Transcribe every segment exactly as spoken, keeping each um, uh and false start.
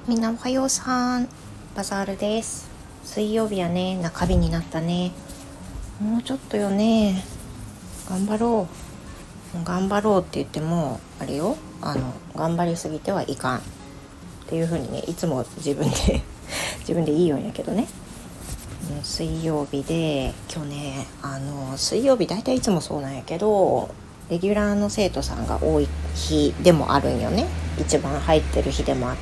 みんなおはようさん。バザールです。水曜日やね、中日になったね。もうちょっとよね。頑張ろう頑張ろうって言ってもあれよ、あの頑張りすぎてはいかんっていう風にね、いつも自分で自分でいいよんやけどね。水曜日で今日ね、あの水曜日だいたいいつもそうなんやけど、レギュラーの生徒さんが多い日でもあるんよね。一番入ってる日でもあって、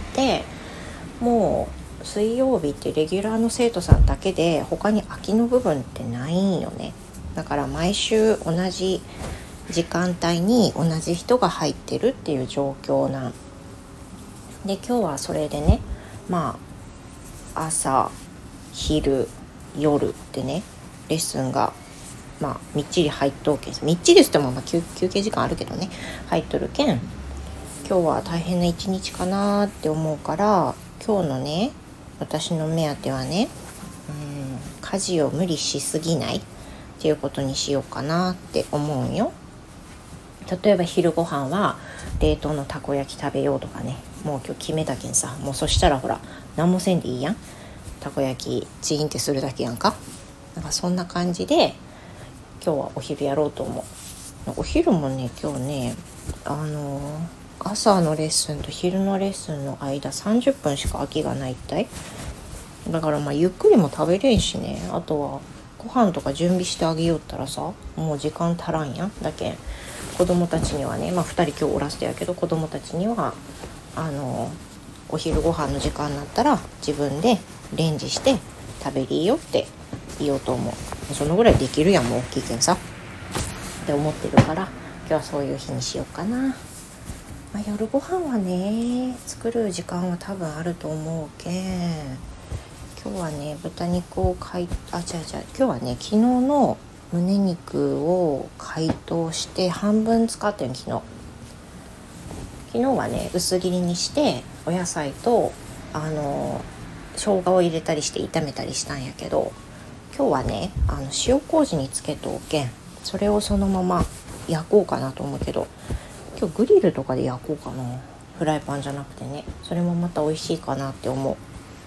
もう水曜日ってレギュラーの生徒さんだけで他に空きの部分ってないんよね。だから毎週同じ時間帯に同じ人が入ってるっていう状況なんで、今日はそれでね、まあ朝昼夜ってね、レッスンがまあみっちり入っとうけん、みっちりって言ってもまあ 休, 休憩時間あるけどね、入っとるけん、今日は大変な一日かなって思うから、今日のね、私の目当てはね、うん家事を無理しすぎないっていうことにしようかなって思うんよ。例えば昼ご飯は冷凍のたこ焼き食べようとかね、もう今日決めたけんさ、もうそしたらほら何もせんでいいやん。たこ焼きチーンってするだけやんか。なんかそんな感じで今日はお昼やろうと思う。お昼もね、今日ね、あのー、朝のレッスンと昼のレッスンの間さんじゅっぷんしか空きがないったい。だからまあゆっくりも食べれんしね、あとはご飯とか準備してあげよったらさ、もう時間足らんやん。だけん子供たちにはね、まあふたり今日おらせてやけど、子供たちにはあのお昼ご飯の時間になったら自分でレンジして食べりよって言おうと思う。そのぐらいできるやん、もう大きいけんさって思ってるから、今日はそういう日にしようかな。まあ、夜ご飯はね作る時間は多分あると思うけん、今日はね豚肉を解あ違う違う今日はね昨日の胸肉を解凍して半分使ってん。昨日昨日はね薄切りにしてお野菜とあの生姜を入れたりして炒めたりしたんやけど、今日はねあの塩麹につけとおけん、それをそのまま焼こうかなと思うけど、今日グリルとかで焼こうかな、フライパンじゃなくてね。それもまた美味しいかなって思う。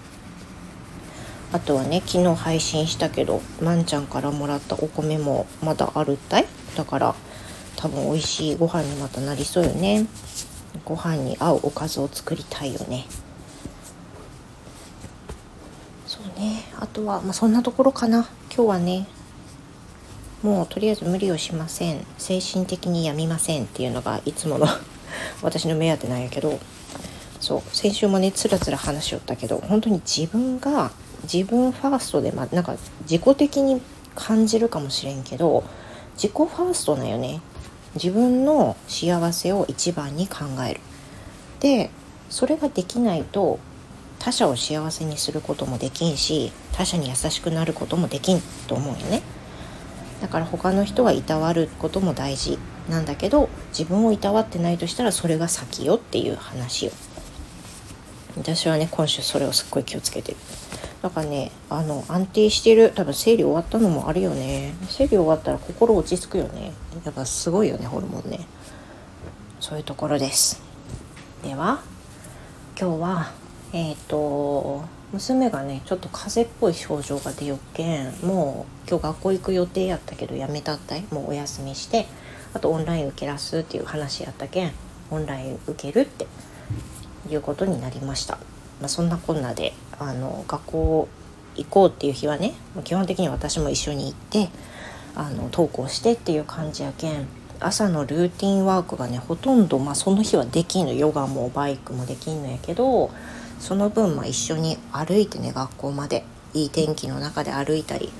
あとはね、昨日配信したけどまんちゃんからもらったお米もまだあるったい。だから多分美味しいご飯にまたなりそうよね。ご飯に合うおかずを作りたいよね。そうね、あとはまあそんなところかな。今日はねもうとりあえず無理をしません、精神的に病みませんっていうのがいつもの私の目当てなんやけど、そう先週もねつらつら話しよったけど、本当に自分が自分ファーストで、まあ、なんか自己的に感じるかもしれんけど、自己ファーストなんよね。自分の幸せを一番に考える。でそれができないと他者を幸せにすることもできんし、他者に優しくなることもできんと思うよね。だから他の人はいたわることも大事なんだけど、自分をいたわってないとしたらそれが先よっていう話を、私はね今週それをすっごい気をつけてる。だからね、あの安定してる。多分生理終わったのもあるよね。生理終わったら心落ち着くよね。やっぱすごいよね、ホルモンね。そういうところです。では今日はえっ、ー、と娘がねちょっと風邪っぽい症状が出よっけん、もう今日学校行く予定やったけどやめたったい。もうお休みして、あとオンライン受けらすっていう話やったけん、オンライン受けるっていうことになりました。まあ、そんなこんなであの学校行こうっていう日はね、基本的に私も一緒に行ってあの登校してっていう感じやけん、朝のルーティンワークがねほとんど、まあ、その日はできんの。ヨガもバイクもできんのやけど、その分まあ一緒に歩いてね、学校までいい天気の中で歩いたり、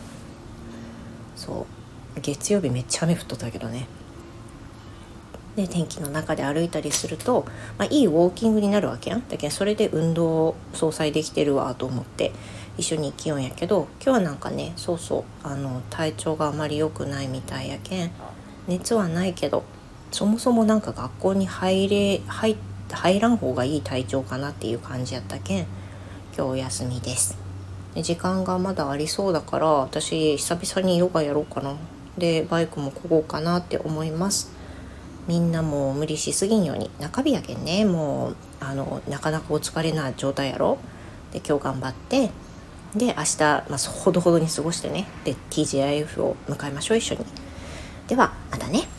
そう月曜日めっちゃ雨降っとったけどね、で天気の中で歩いたりすると、まあ、いいウォーキングになるわけやん。だけどそれで運動相殺できてるわと思って一緒に行きよんやけど、今日はなんかねそうそうあの体調があまり良くないみたいやけん、熱はないけどそもそもなんか学校に入れ入入らん方がいい体調かなっていう感じやったけん、今日お休みです。で時間がまだありそうだから、私久々にヨガやろうかな。でバイクもこごうかなって思います。 みんなもう無理しすぎんように、中日やけんね、もうあのなかなかお疲れな状態やろ。で今日頑張って、で明日、まあ、ほどほどに過ごしてね、で ティージェーアイエフ を迎えましょう、一緒に。ではまたね。